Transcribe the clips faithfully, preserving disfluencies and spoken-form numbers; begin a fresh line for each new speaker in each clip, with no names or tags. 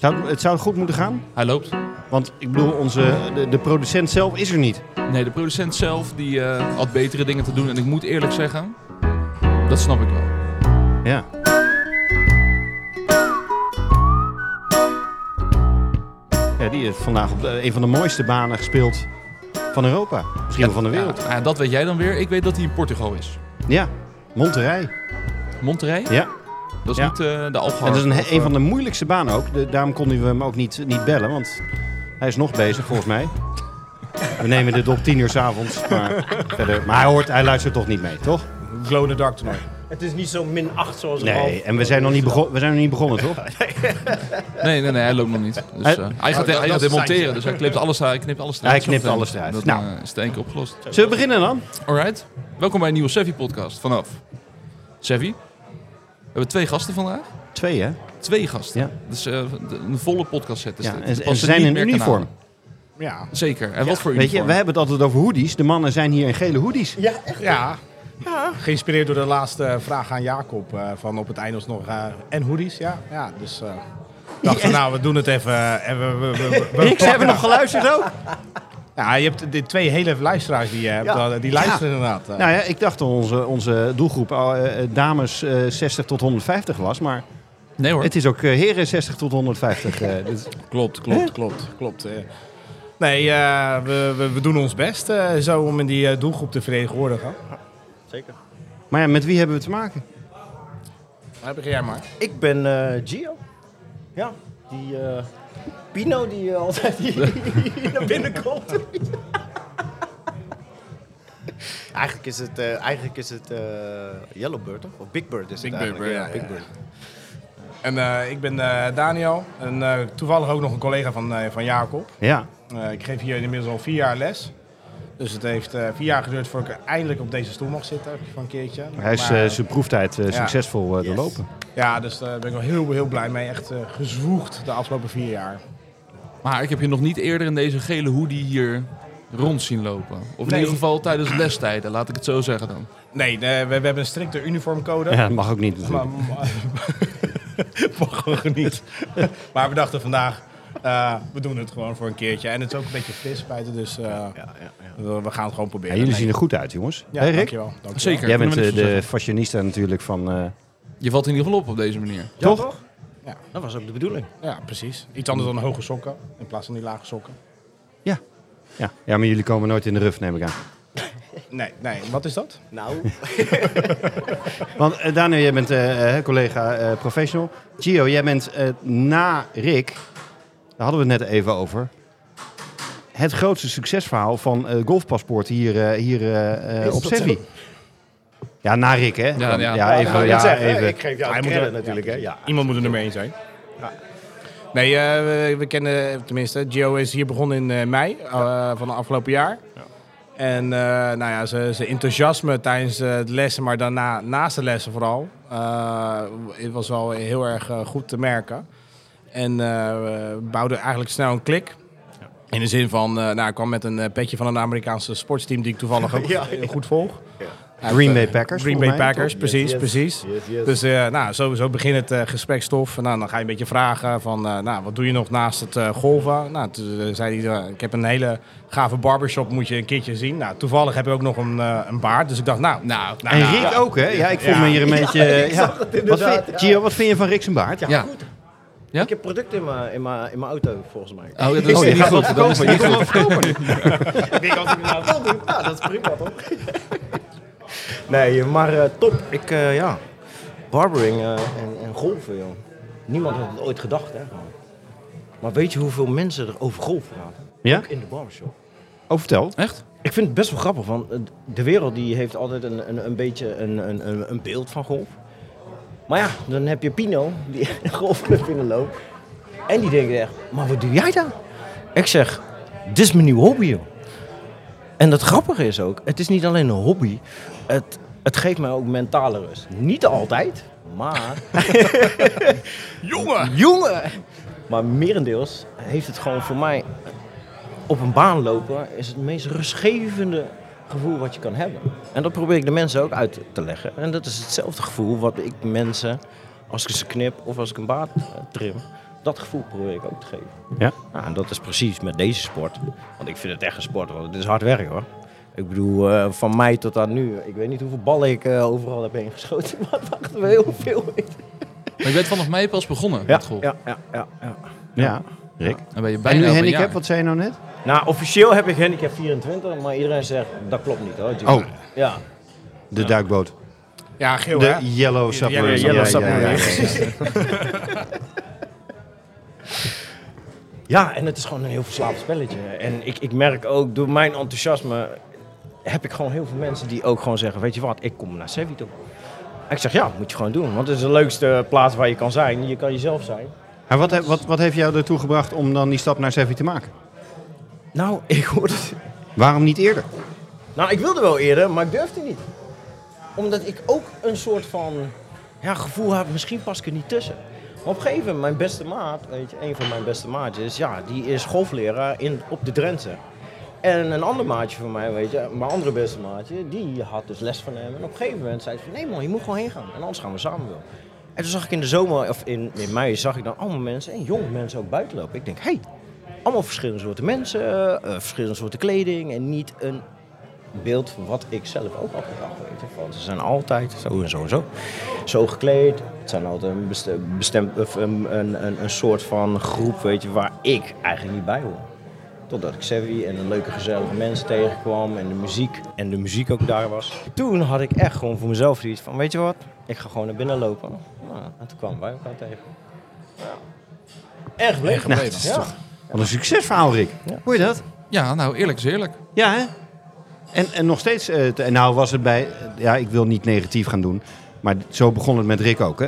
Zou, het zou goed moeten gaan?
Hij loopt.
Want ik bedoel, onze, de, de producent zelf is er niet.
Nee, de producent zelf die uh, had betere dingen te doen. En ik moet eerlijk zeggen, dat snap ik wel.
Ja. Ja, die heeft vandaag op de, een van de mooiste banen gespeeld van Europa. Misschien wel van de wereld.
Ja, dat weet jij dan weer. Ik weet dat hij in Portugal is.
Ja, Monterrey.
Monterrey?
Ja.
Dat is
ja.
niet uh, de Algarve.
En dat is een,
of,
een van de moeilijkste banen ook. De, daarom konden we hem ook niet, niet bellen, want hij is nog bezig volgens mij. We nemen dit op tien uur 's avonds. Maar, verder, maar hij, hoort, hij luistert toch niet mee, toch?
Glow in the dark toernooi.
Het is niet zo min acht zoals
Nee,
half.
en we zijn nog niet, begon, we zijn nog niet begonnen, toch?
Nee, nee, nee, hij loopt nog niet. Dus, uh, hij gaat, hij gaat demonteren, dus hij knipt alles, hij knipt alles eruit.
Hij knipt alles eruit.
Dat
Nou.
uh, is het één keer opgelost.
Zullen we beginnen dan?
Alright. Welkom bij een nieuwe Sevi-podcast vanaf Sevi. We hebben twee gasten vandaag.
Twee, hè?
Twee gasten.
Ja.
Dus uh, een volle podcast set is
Ja,
dit.
en,
Er
en
passen
ze zijn
niet
in
meer
uniform.
kanalen.
Ja.
Zeker. En
Ja,
wat voor
weet
uniform?
je, we hebben het altijd over hoodies. De mannen zijn hier in gele hoodies.
Ja, echt.
Ja. ja. Geïnspireerd door de laatste vraag aan Jacob. Uh, van op het einde was nog uh, en hoodies. Ja, ja dus uh, dachten we, nou, we doen het even. Uh, en we, we, we, we, we
Rick, ze hebben nog geluisterd ook.
Ja, je hebt de twee hele luisteraars die je hebt.
Ja.
Uh, die luisteren
Ja.
inderdaad. Uh.
Nou ja, ik dacht dat onze, onze doelgroep uh, dames uh, zestig tot honderdvijftig was. Maar
Nee hoor.
het is ook uh, heren zestig tot honderdvijftig. Uh, dus,
Klopt, klopt,
Huh?
klopt, klopt. Uh, nee, uh, we, we, we doen ons best uh, zo om in die uh, doelgroep te vertegenwoordigen.
Zeker.
maar ja, met wie hebben we te maken?
Nou, begin jij maar.
Ik ben uh, Gio. Ja, die uh, Pino die uh, altijd hier, hier naar binnen komt. Eigenlijk is het, uh, eigenlijk is het uh, Yellowbird, toch? Of Big Bird is
Big
het
Bird,
eigenlijk.
ja,
ja,
Big
ja.
Bird. En uh, ik ben uh, Daniel. En uh, toevallig ook nog een collega van, uh, van Jacob.
Ja.
Uh, ik geef hier inmiddels al vier jaar les. Dus het heeft uh, vier jaar geduurd voordat ik eindelijk op deze stoel mag zitten. Van een keertje.
Hij is
Maar,
uh, zijn proeftijd uh,
ja.
succesvol uh,
Yes.
doorlopen.
ja, dus daar ben ik wel heel, heel blij mee. Echt uh, gezwoegd de afgelopen vier jaar.
Maar ik heb je nog niet eerder in deze gele hoodie hier rond zien lopen. Of in
Nee.
ieder geval tijdens lestijden, laat ik het zo zeggen dan.
Nee, nee we, we hebben een strikte uniformcode.
Ja, dat mag ook niet natuurlijk.
Maar, maar, mag gewoon niet. Maar we dachten vandaag, uh, we doen het gewoon voor een keertje. En het is ook een beetje fris buiten, dus uh,
Ja, ja, ja.
we, we gaan het gewoon
Ja,
proberen.
jullie
Nee.
zien er goed uit, jongens.
Ja,
Hey, Rick?
dankjewel, dankjewel.
Zeker.
Jij
kunnen
bent
we
uh,
niks van
de
zeggen.
fashionista natuurlijk van... Uh,
Je valt in ieder geval op op deze manier.
Ja,
Toch?
toch?
Ja.
Dat was ook de bedoeling.
Ja, precies. Iets anders dan hoge sokken in plaats van die lage sokken.
ja. Ja. ja, maar jullie komen nooit in de ruf, neem ik aan.
Nee, nee. Wat is dat?
Nou,
Want uh, Daniel, jij bent uh, uh, collega uh, professional. Gio, jij bent uh, na Rick, daar hadden we het net even over, het grootste succesverhaal van uh, Golfpaspoort hier, uh, hier uh, uh, op
dat
Sevi. Ja, na Rick, hè?
Ja, ja.
ja even.
nou,
Ja,
dat zeggen,
even.
ik geef jou
Hij
de
moet
credit
er-
natuurlijk.
ja,
hè? Ja.
Iemand moet er nummer één zijn. Nee, uh, we, we kennen, tenminste, Gio is hier begonnen in uh, mei uh, van het afgelopen jaar.
Ja.
En uh, nou ja, zijn enthousiasme tijdens uh, de lessen, maar daarna naast de lessen vooral, uh, het was wel heel erg uh, goed te merken. En uh, we bouwden eigenlijk snel een klik.
Ja.
In de zin van, uh, nou, ik kwam met een uh, petje van een Amerikaanse sportsteam die ik toevallig ook
Ja.
heel goed volg.
Ja.
Green Bay Packers.
Green Bay
volgens mij,
Packers,
toch?
precies,
Yes, yes.
precies.
Yes, yes.
Dus uh, nou, zo, zo begint het uh, gesprekstof. En nou, dan ga je een beetje vragen van, uh, nou, wat doe je nog naast het uh, golven? Nou, toen uh, zei hij, uh, ik heb een hele gave barbershop, moet je een keertje zien. Nou, toevallig heb ik ook nog een, uh, een baard, dus ik dacht, nou...
Nou,
nou
En
nou,
Rick
ja.
ook, hè? Ja, ik voel
Ja.
me hier een beetje...
Ja, ik
ja.
zag het
Wat
inderdaad,
vind,
ja.
Gio, wat vind je van Rick zijn baard?
Ja,
Ja.
goed.
Ja?
Ik heb producten in mijn, in mijn, in mijn auto, volgens mij.
Oh, ja, dat is
Oh, je
niet
gaat
goed.
wat
Dat is niet goed.
Ik denk als ik het nou wil doen, ja, dat is prima toch? Nee, maar uh, top. Ik, uh, ja, barbering uh, en, en golven, joh. Niemand had het ooit gedacht, hè. Maar weet je hoeveel mensen er over golven praten?
Ja?
Ook in de barbershop.
Oh, vertel.
Echt?
Ik vind het best wel grappig, want uh, de wereld die heeft altijd een, een, een beetje een, een, een, een beeld van golf. Maar ja, dan heb je Pino, die een golfclub binnenloopt. En die denkt echt, maar wat doe jij dan? Ik zeg, dit is mijn nieuwe hobby, joh. En het grappige is ook, het is niet alleen een hobby. Het, het geeft mij ook mentale rust. Niet altijd, maar...
Jongen!
Jongen! Maar merendeels heeft het gewoon voor mij... Op een baan lopen is het meest rustgevende gevoel wat je kan hebben. En dat probeer ik de mensen ook uit te leggen. En dat is hetzelfde gevoel wat ik mensen, als ik ze knip of als ik een baard uh, trim, Dat gevoel probeer ik ook te geven.
Ja.
Nou, en dat is precies met deze sport. Want ik vind het echt een sport, want het is hard werk hoor. Ik bedoel, uh, van mei tot aan nu, ik weet niet hoeveel ballen ik uh, overal heb heen geschoten, maar het wachten we heel veel.
Maar je bent vanaf mei pas begonnen
Ja,
met golf.
ja, ja, ja, ja.
Ja, Rick.
Dan ben je
En
bijna
nu
op een
handicap,
jaar.
wat zei je nou net?
Nou, officieel heb ik handicap vierentwintig, maar iedereen zegt, dat klopt niet hoor. Jimmy.
Oh,
Ja.
de duikboot.
Ja, geel
De
hè?
Yellow Submarine.
Yellow
Ja,
Submarine.
ja, ja, ja.
Ja, en het is gewoon een heel verslaafd spelletje. En ik, ik merk ook, door mijn enthousiasme, heb ik gewoon heel veel mensen die ook gewoon zeggen, weet je wat, ik kom naar Sevi toe. En ik zeg, ja, moet je gewoon doen. Want het is de leukste plaats waar je kan zijn. Je kan jezelf zijn.
Maar wat, he- wat, wat heeft jou ertoe gebracht om dan die stap naar Sevi te maken?
Nou, ik hoorde het.
Waarom niet eerder?
Nou, ik wilde wel eerder, maar ik durfde niet. Omdat ik ook een soort van ja, gevoel heb, misschien pas ik er niet tussen. Maar op een gegeven moment, mijn beste maat, weet je, een van mijn beste maatjes, ja, die is golfleraar in, op de Drenthe. En een ander maatje van mij, weet je, mijn andere beste maatje, die had dus les van hem. En op een gegeven moment zei hij van, nee man, je moet gewoon heen gaan. En anders gaan we samen wel. En toen zag ik in de zomer, of in, in mei, zag ik dan allemaal mensen, en jonge mensen ook buiten lopen. Ik denk, hé, hey, allemaal verschillende soorten mensen, uh, verschillende soorten kleding en niet een beeld van wat ik zelf ook altijd dacht, weet je. Van, ze zijn altijd zo en zo en zo, zo gekleed. Het zijn altijd een, bestem, bestem, een, een, een, een soort van groep, weet je, waar ik eigenlijk niet bij hoor. Totdat ik Sevi en een leuke gezellige mensen tegenkwam en de muziek en de muziek ook daar was. Toen had ik echt gewoon voor mezelf iets van, weet je wat, ik ga gewoon naar binnen lopen. Nou, en toen kwamen wij elkaar tegen. Ja. Erg gebleven.
gebleven.
Nou, dat is
Ja.
toch wat een succesverhaal, Rick.
Ja.
Hoor je dat?
Ja, nou eerlijk is eerlijk.
Ja, hè? En, en nog steeds, eh, te- en nou was het bij, ja, ik wil niet negatief gaan doen, maar zo begon het met Rick ook, hè?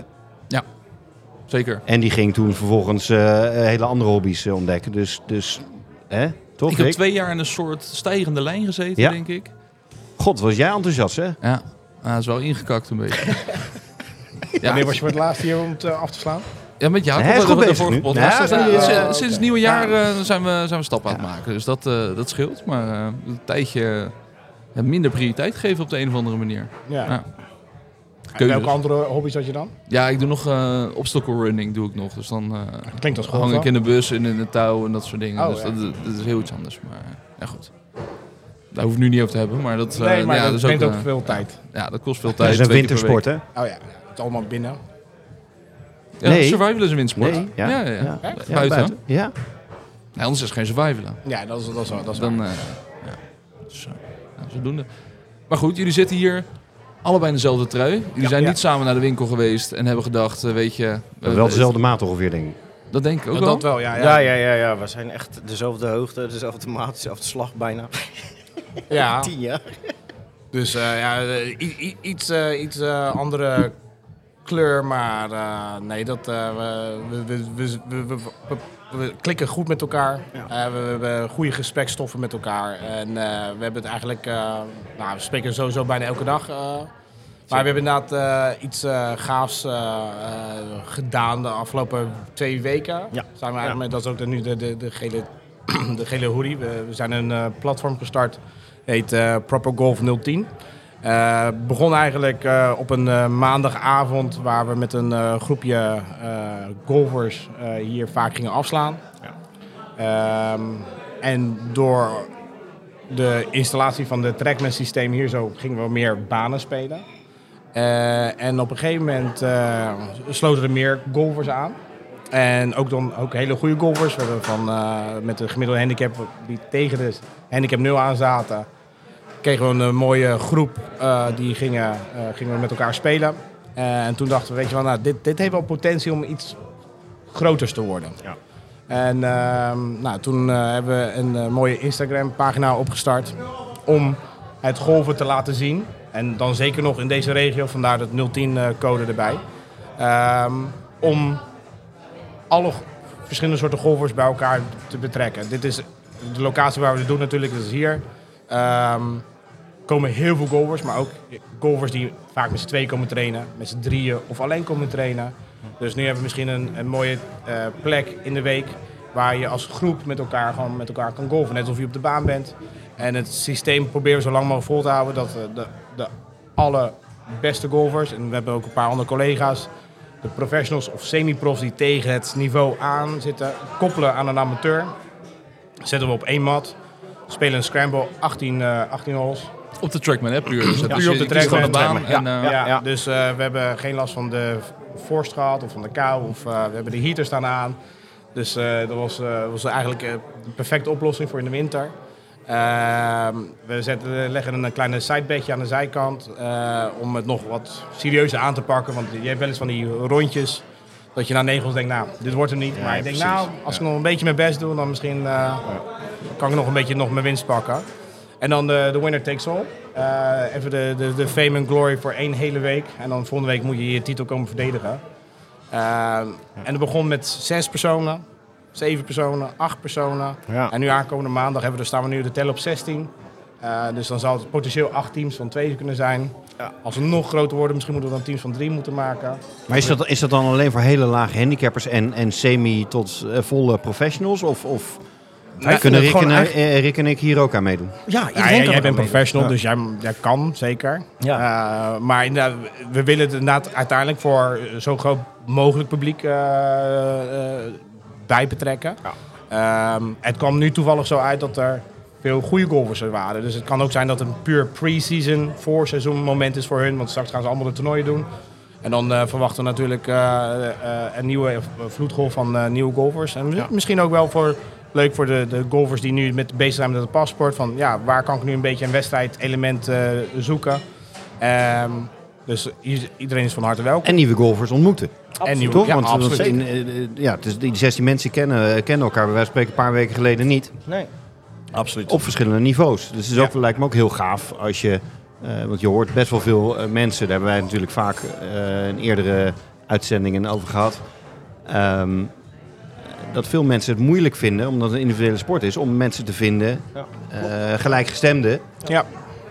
Zeker.
En die ging toen vervolgens eh, hele andere hobby's eh, ontdekken, dus, dus hè? Toch,
Ik heb
Rick?
twee jaar in een soort stijgende lijn gezeten,
Ja.
denk ik.
God, was jij enthousiast, hè?
Ja, ah, dat is wel ingekakt een beetje. ja,
Wanneer was je voor het laatst hier om het uh, af te slaan?
ja, met jou.
Hij is
de,
goed
de
bezig
vorige
nu.
podcast.
Ja,
Dus,
ja,
eh,
ja,
sinds-
ja,
sinds
oké.
het nieuwe jaar
Ja.
eh, zijn, we, zijn we stappen aan het maken. Dus dat, eh, dat scheelt. Maar eh, een tijdje ja, minder prioriteit geven op de een of andere manier.
Ja.
Ja.
En
Keuzes.
welke andere hobby's had je dan?
Ja, ik doe nog uh, obstacle running doe ik nog. Dus dan eh,
Klinkt als
hang
golf.
ik in de bus en in de touw en dat soort dingen.
Oh,
dus
ja.
dat, dat is heel iets anders. Maar eh, ja, goed. Daar hoef ik nu niet over te hebben. Maar dat, eh,
Nee, maar
ja,
dat
is ook,
neemt ook
eh,
veel tijd.
ja, dat kost veel
Dat
tijd.
is een
twee keer per
wintersport, hè?
Oh ja, het is allemaal binnen.
week. Ja,
Nee.
survival is een windsport.
Nee, ja.
ja, ja, ja.
Ja.
Echt?
Ja,
Buiten.
Ja.
Nee, anders is het geen survival.
Ja, dat is, dat is, dat is
Dan, eh ja, dus, uh, ja, zodoende. Maar goed, jullie zitten hier allebei in dezelfde trui. Jullie
Ja,
zijn
ja.
niet samen naar de winkel geweest en hebben gedacht, uh, weet je... uh,
Wel dezelfde maat ongeveer, denk ik.
Dat denk ik ook
Ja,
wel.
dat wel, ja.
Ja,
Ja,
ja, ja, ja. We zijn echt dezelfde hoogte, dezelfde maat, dezelfde slag bijna.
ja.
Tien jaar.
Dus uh, ja, uh, i- i- iets, uh, iets uh, andere kleur, maar uh, nee, dat, uh, we, we, we, we, we, we, we klikken goed met elkaar.
Ja.
Uh, we, we hebben goede gesprekstoffen met elkaar. En uh, we hebben het eigenlijk, uh, nou, we spreken sowieso bijna elke dag. Uh, maar we hebben inderdaad uh, iets uh, gaafs uh, uh, gedaan de afgelopen twee weken.
Ja.
Zijn we eigenlijk
Ja.
met, dat is ook de, nu de, de, de, gele, de gele hoodie. We, we zijn een uh, platform gstart. Heet uh, Proper Golf nul tien. Uh, begon eigenlijk uh, op een uh, maandagavond waar we met een uh, groepje uh, golfers uh, hier vaak gingen afslaan. Ja. Um, en door de installatie van het Trackman systeem hier zo gingen we meer banen spelen. Uh, en op een gegeven moment uh, sloten er meer golfers aan. En ook dan ook hele goede golfers. We hebben van, uh, met de gemiddelde handicap die tegen de handicap nul aan zaten, kregen we een mooie groep uh, die gingen, uh, gingen we met elkaar spelen. Uh, en toen dachten we, weet je wel, nou, dit, dit heeft wel potentie om iets groters te worden.
Ja.
En uh, nou, toen uh, hebben we een uh, mooie Instagram pagina opgestart om het golven te laten zien. En dan zeker nog in deze regio, vandaar dat nul tien uh, code erbij. Um, om alle verschillende soorten golfers bij elkaar te betrekken. Dit is de locatie waar we het doen natuurlijk, dat is hier. Um, komen heel veel golfers, maar ook golfers die vaak met z'n tweeën komen trainen, met z'n drieën of alleen komen trainen. Dus nu hebben we misschien een, een mooie uh, plek in de week waar je als groep met elkaar gewoon met elkaar kan golfen, net alsof je op de baan bent. En het systeem proberen we zo lang mogelijk vol te houden dat uh, de, de allerbeste golfers, en we hebben ook een paar andere collega's, de professionals of semi-profs die tegen het niveau aan zitten, koppelen aan een amateur. Zetten we op één mat. Spelen een scramble, achttien, uh, achttien holes.
Op de Trackman, hè? Puur. Dus
Ja,
dus
puur
je,
op de
je kiest gewoon
Trackman.
de baan.
Ja,
En, uh,
ja,
ja.
Dus uh, we hebben geen last van de vorst gehad of van de kou. Of, uh, we hebben de heater staan aan. Dus uh, dat was, uh, was eigenlijk uh, de perfecte oplossing voor in de winter. Uh, we zetten, leggen een kleine sidebedje aan de zijkant uh, om het nog wat serieuzer aan te pakken. Want je hebt wel eens van die rondjes dat je na negen holes denkt, nou, dit wordt hem niet.
Ja,
maar ik denk,
precies.
nou, als ik nog een beetje mijn best doe, dan misschien uh, kan ik nog een beetje nog mijn winst pakken. En dan de, de winner takes all. Uh, even de, de, de fame and glory voor één hele week. En dan volgende week moet je je titel komen verdedigen. Uh, ja. En het begon met zes personen, zeven personen, acht personen.
Ja.
En nu aankomende maandag hebben we, staan we nu de tel op zestien. Uh, dus dan zou het potentieel acht teams van twee kunnen zijn. Ja. Als we nog groter worden, misschien moeten we dan teams van drie moeten maken.
Maar is dat, is dat dan alleen voor hele lage handicappers en, en semi tot uh, volle professionals? Of, of
Nee,
kunnen
het
Rick en,
gewoon
uh, Rick en ik hier ook aan meedoen?
Ja,
Ja,
iedereen
jij,
kan
jij
er
bent
aan
professional,
meedoen.
dus jij, jij kan zeker.
Ja.
Uh, maar inderdaad, we willen het inderdaad uiteindelijk voor zo groot mogelijk publiek uh, uh, bij betrekken. Ja. Um, het kwam nu toevallig zo uit dat er veel goede golfers er waren. Dus het kan ook zijn dat het een puur pre-season, voorseizoen moment is voor hun. Want straks gaan ze allemaal de toernooien doen. En dan uh, verwachten we natuurlijk uh, uh, een nieuwe vloedgolf van uh, nieuwe golfers. En ja. misschien ook wel voor... Leuk voor de, de golfers die nu met, bezig zijn met het paspoort. Van ja, waar kan ik nu een beetje een wedstrijdelement uh, zoeken? Um, dus iedereen is van harte welkom.
En nieuwe golfers ontmoeten.
En nieuwe,
Toch?
ja,
Want
absoluut.
in, uh, ja, dus die zestien mensen kennen, kennen elkaar bij wijze van spreken een paar weken geleden niet.
Nee.
Absoluut.
Op verschillende niveaus. Dus het is ook,
Ja.
lijkt me ook heel gaaf als je... Uh, want je hoort best wel veel uh, mensen. Daar hebben wij natuurlijk vaak uh, in eerdere uitzendingen over gehad. Um, dat veel mensen het moeilijk vinden, omdat het een individuele sport is, om mensen te vinden,
Ja.
uh, gelijkgestemden,
Ja.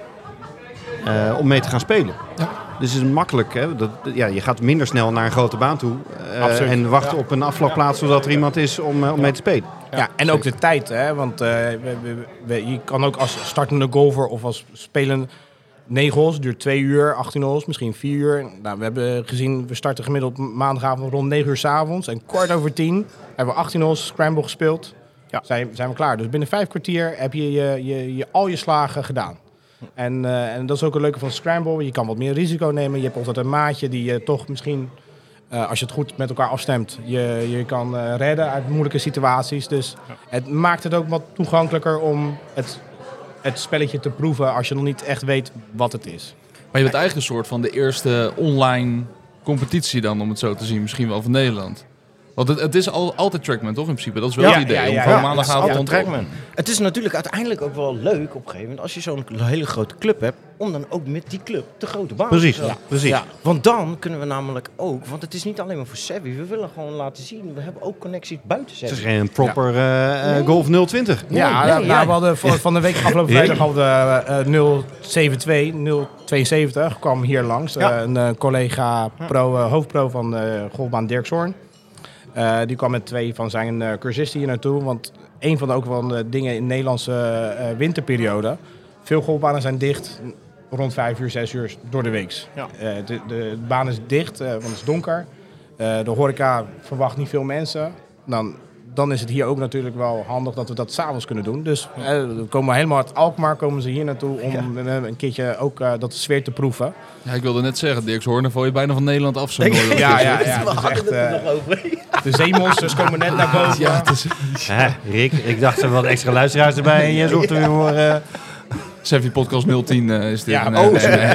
uh, om mee te gaan spelen.
Ja.
Dus het is makkelijk. Hè? Dat, ja, je gaat minder snel naar een grote baan toe uh,
Absoluut.
en wachten
Ja.
op een afvlakplaats zodat er iemand is om, uh, om mee te spelen.
Ja, en ook de tijd, hè? Want uh, we, we, we, je kan ook als startende golfer of als spelen negen holes, duurt twee uur, achttien holes, misschien vier uur. Nou, we hebben gezien, we starten gemiddeld maandagavond rond negen uur 's avonds en kwart over tien hebben we achttien holes scramble gespeeld. Ja. Zijn, zijn we klaar. Dus binnen vijf kwartier heb je, je, je, je al je slagen gedaan. En, uh, en dat is ook een leuke van scramble. Je kan wat meer risico nemen. Je hebt altijd een maatje die je toch misschien, uh, als je het goed met elkaar afstemt, je, je kan uh, redden uit moeilijke situaties. Dus ja. Het maakt het ook wat toegankelijker om het, het spelletje te proeven als je nog niet echt weet wat het is.
Maar je bent eigenlijk een soort van de eerste online competitie dan, om het zo te zien. Misschien wel van Nederland. Want het, het is al, altijd Trackman, toch in principe? Dat is wel
Ja,
het idee.
ja, ja,
om
ja,
gewoon
ja.
maandagavond...
Ja, Trackman. Het is natuurlijk uiteindelijk ook wel leuk op een gegeven moment, als je zo'n hele grote club hebt, om dan ook met die club de grote baan
Precies,
te spelen.
ja, precies.
Ja, want dan kunnen we namelijk ook, want het is niet alleen maar voor Savvy, we willen gewoon laten zien, we hebben ook connecties buiten
Het is
Savvy.
geen proper uh,
Nee.
Golf nul twintig.
Nee,
ja,
nee,
nou,
ja.
we hadden voor, van de week afgelopen vrijdag hadden we uh, nul zeven twee, nul tweeënzeventig kwam hier langs.
Ja.
Uh, een uh, collega, pro, uh, hoofdpro van uh, golfbaan Dirk Zorn. Uh, die kwam met twee van zijn uh, cursisten hier naartoe. Want een van de, ook van de dingen in de Nederlandse uh, winterperiode. Veel golfbanen zijn dicht rond vijf uur, zes uur door de week.
Ja.
Uh, de, de, de baan is dicht, uh, want het is donker. Uh, de horeca verwacht niet veel mensen. Dan, dan is het hier ook natuurlijk wel handig dat we dat 's avonds kunnen doen. Dus uh, we komen helemaal uit Alkmaar komen ze hier naartoe om ja. een keertje ook uh, dat sfeer te proeven.
Ja, ik wilde net zeggen, Dirk Hoorn, dan val je bijna van Nederland af. Zo ja,
Ja, ja, ja.
We
Het is
hadden
echt,
het er
uh,
nog over.
de zeemonsters komen net naar boven.
Ja, het is...
Hè, Rick, ik dacht er wat extra luisteraars erbij en je zocht er weer voor... Uh...
Savvy Podcast nul tien uh, is dit.
Ja,
nee,
oh,
nee, nee.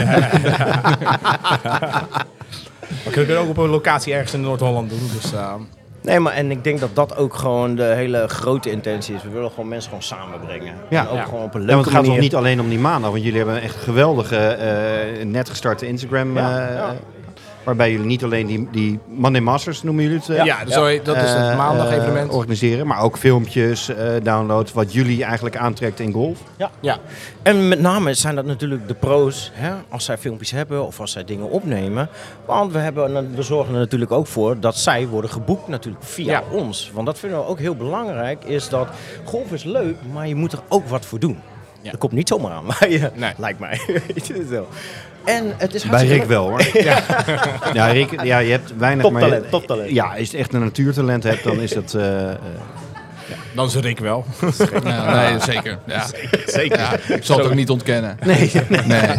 We kunnen ook op een locatie ergens in Noord-Holland doen. Dus, uh...
Nee, maar en ik denk dat dat ook gewoon de hele grote intentie is. We willen gewoon mensen gewoon samenbrengen.
Ja.
En ook
Ja.
gewoon op een
Ja,
leuke
want het gaat
manier.
nog niet alleen om die maandag, want jullie hebben een echt geweldige, uh, net gestarte Instagram,
Ja,
uh,
ja.
waarbij jullie niet alleen die, die Monday Masters, noemen jullie het, uh,
ja, dus zo- dat is het
uh,
maandag evenement.
uh, organiseren, maar ook filmpjes, uh, downloads, wat jullie eigenlijk aantrekt in golf.
Ja.
En met name zijn dat natuurlijk de pro's, hè, als zij filmpjes hebben of als zij dingen opnemen. Want we, hebben, we zorgen er natuurlijk ook voor dat zij worden geboekt natuurlijk via
Ja.
ons. Want dat vinden we ook heel belangrijk, is dat golf is leuk, maar je moet er ook wat voor doen.
Ja.
Dat komt niet zomaar aan, maar je,
Nee.
lijkt mij. Weet je zo. En het is
Bij
hartstikke
Rick wel hoor. Ja, ja Rick, ja, je hebt weinig...
Toptalent,
maar-
toptalent.
Ja, als je echt een natuurtalent hebt, dan is dat... uh, uh,
Dan is Rick wel.
Ja, nee, zeker. Ja.
Zeker.
Ja, ik zal het ook niet ontkennen.
nee, nee.
Nee.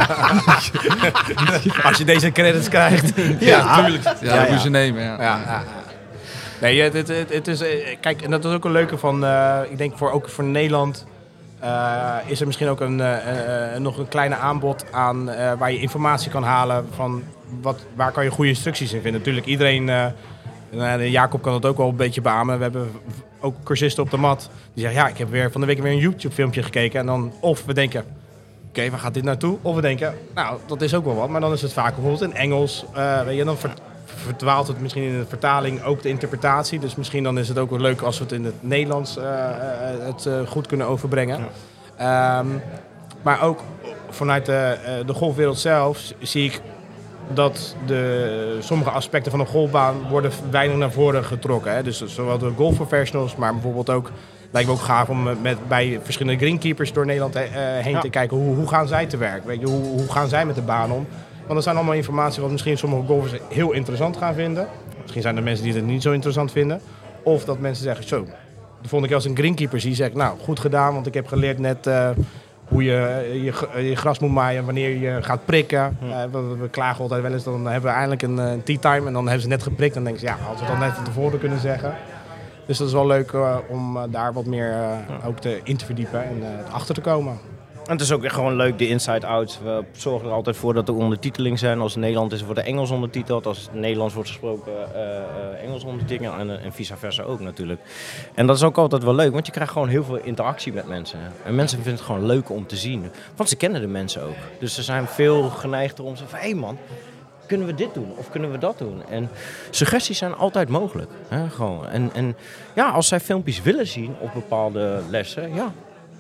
Als je deze credits krijgt.
Ja, tuurlijk. Ja,
Ja,
dat
ja.
moet je nemen. Ja.
Ja, ja, ja. Nee, het, het, het, het is... eh, Kijk, en dat is ook een leuke van... Uh, ik denk voor, ook voor Nederland... Uh, is er misschien ook een, uh, uh, nog een kleine aanbod aan... Uh, waar je informatie kan halen van... Wat, waar kan je goede instructies in vinden. Natuurlijk, iedereen... Uh, uh, Jacob kan het ook wel een beetje beamen. We hebben ook cursisten op de mat. Die zeggen, ja, ik heb weer van de week weer een YouTube-filmpje gekeken. En dan, of we denken... Oké, okay, waar gaat dit naartoe? Of we denken, nou, dat is ook wel wat. Maar dan is het vaak bijvoorbeeld in Engels. Uh, weet je, dan ver, verdwaalt het misschien in de vertaling ook de interpretatie. Dus misschien dan is het ook wel leuk als we het in het Nederlands uh, uh, het uh, goed kunnen overbrengen. Ja. Um, maar ook vanuit de, uh, de golfwereld zelf zie ik dat de, sommige aspecten van de golfbaan worden weinig naar voren getrokken. Hè? Dus zowel de golfprofessionals, maar bijvoorbeeld ook... Lijkt me ook gaaf om met, bij verschillende greenkeepers door Nederland he, uh, heen ja. te kijken. Hoe, hoe gaan zij te werk? Weet je, hoe, hoe gaan zij met de baan om? Want dat zijn allemaal informatie wat misschien sommige golfers heel interessant gaan vinden. Misschien zijn er mensen die het niet zo interessant vinden. Of dat mensen zeggen, zo, de volgende keer als een greenkeeper zie, zeg ik, nou, goed gedaan. Want ik heb geleerd net uh, hoe je, je je gras moet maaien, wanneer je gaat prikken. Uh, we, we klagen altijd wel eens, dan hebben we eindelijk een, een tea time. En dan hebben ze net geprikt. En dan denken ze, ja, hadden we het dan net van tevoren kunnen zeggen. Dus dat is wel leuk uh, om uh, daar wat meer uh, ja. ook te, in te verdiepen en uh, achter te komen.
En het is ook echt gewoon leuk, de inside-outs. We zorgen er altijd voor dat er ondertiteling zijn. Als het Nederland is, wordt er Engels ondertiteld. Als het Nederlands wordt gesproken, uh, uh, Engels ondertiteld. En, en vice versa ook natuurlijk. En dat is ook altijd wel leuk, want je krijgt gewoon heel veel interactie met mensen. En mensen vinden het gewoon leuk om te zien. Want ze kennen de mensen ook. Dus ze zijn veel geneigd om te zeggen van, hé hey man... Kunnen we dit doen of kunnen we dat doen? En suggesties zijn altijd mogelijk. Hè? Gewoon. En, en ja, als zij filmpjes willen zien op bepaalde lessen, ja,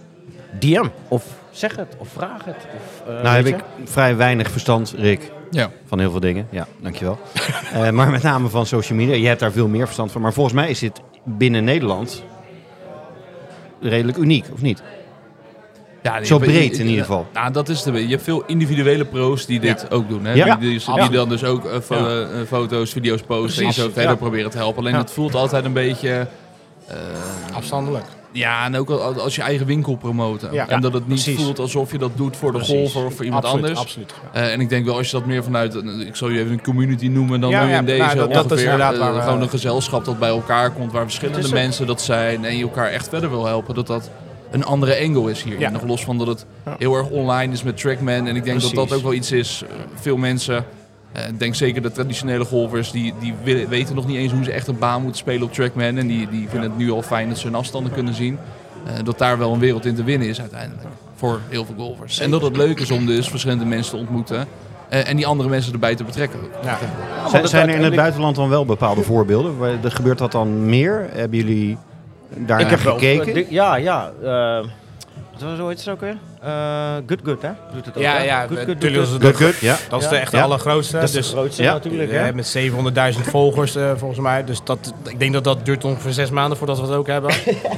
D M of zeg het of vraag het. Of, uh,
nou heb je? ik vrij weinig verstand, Rick,
ja.
van heel veel dingen. Ja, dankjewel. uh, maar met name van social media. Je hebt daar veel meer verstand van. Maar volgens mij is dit binnen Nederland redelijk uniek, of niet?
Ja,
Zo breed
je,
in ieder geval.
Nou, dat is de. Je hebt veel individuele pro's die dit ja. ook doen. Hè?
Ja.
Die, die, die dan dus ook uh, fo- ja. uh, foto's, video's posten Precies. en zo verder ja. proberen te helpen. Alleen ja. het voelt altijd een beetje... Uh,
afstandelijk.
Ja, en ook als je eigen winkel promoten. Ja. En dat het niet Precies. voelt alsof je dat doet voor de Precies. golfer of voor iemand
absoluut,
anders.
Absoluut.
Uh, en ik denk wel als je dat meer vanuit... Ik zal je even een community noemen dan
ja,
nu
ja,
in deze
nou, dat,
ongeveer.
Dat is inderdaad
uh,
waar we,
gewoon een gezelschap dat bij elkaar komt. Waar verschillende mensen dat zijn. En je elkaar echt verder wil helpen. Dat dat... een andere angle is hier. Ja. Nog los van dat het ja. heel erg online is met Trackman. En ik denk Precies. dat dat ook wel iets is. Uh, veel mensen, uh, ik denk zeker de traditionele golfers, die, die willen, weten nog niet eens hoe ze echt een baan moeten spelen op Trackman. En die, die vinden ja. het nu al fijn dat ze hun afstanden kunnen zien. Uh, dat daar wel een wereld in te winnen is uiteindelijk. Voor heel veel golfers. Zeker. En dat het leuk is om dus verschillende mensen te ontmoeten. Uh, en die andere mensen erbij te betrekken.
Ja. Ja, zijn, zijn er in het buitenland dan wel bepaalde voorbeelden? Gebeurt dat dan meer? Hebben jullie daar naar gekeken?
Wel, ja, ja. Uh, Zo heet het ook weer? Uh, good Good, hè? Doet het ook,
ja,
hè?
ja.
Good
Good
Good.
Good,
good, good, ja.
Dat is
ja.
de echt
ja.
allergrootste.
Dat is
dus,
de grootste
ja.
natuurlijk,
hè?
hè?
Met zevenhonderdduizend volgers uh, volgens mij. Dus dat, ik denk dat dat duurt ongeveer zes maanden voordat we het ook hebben.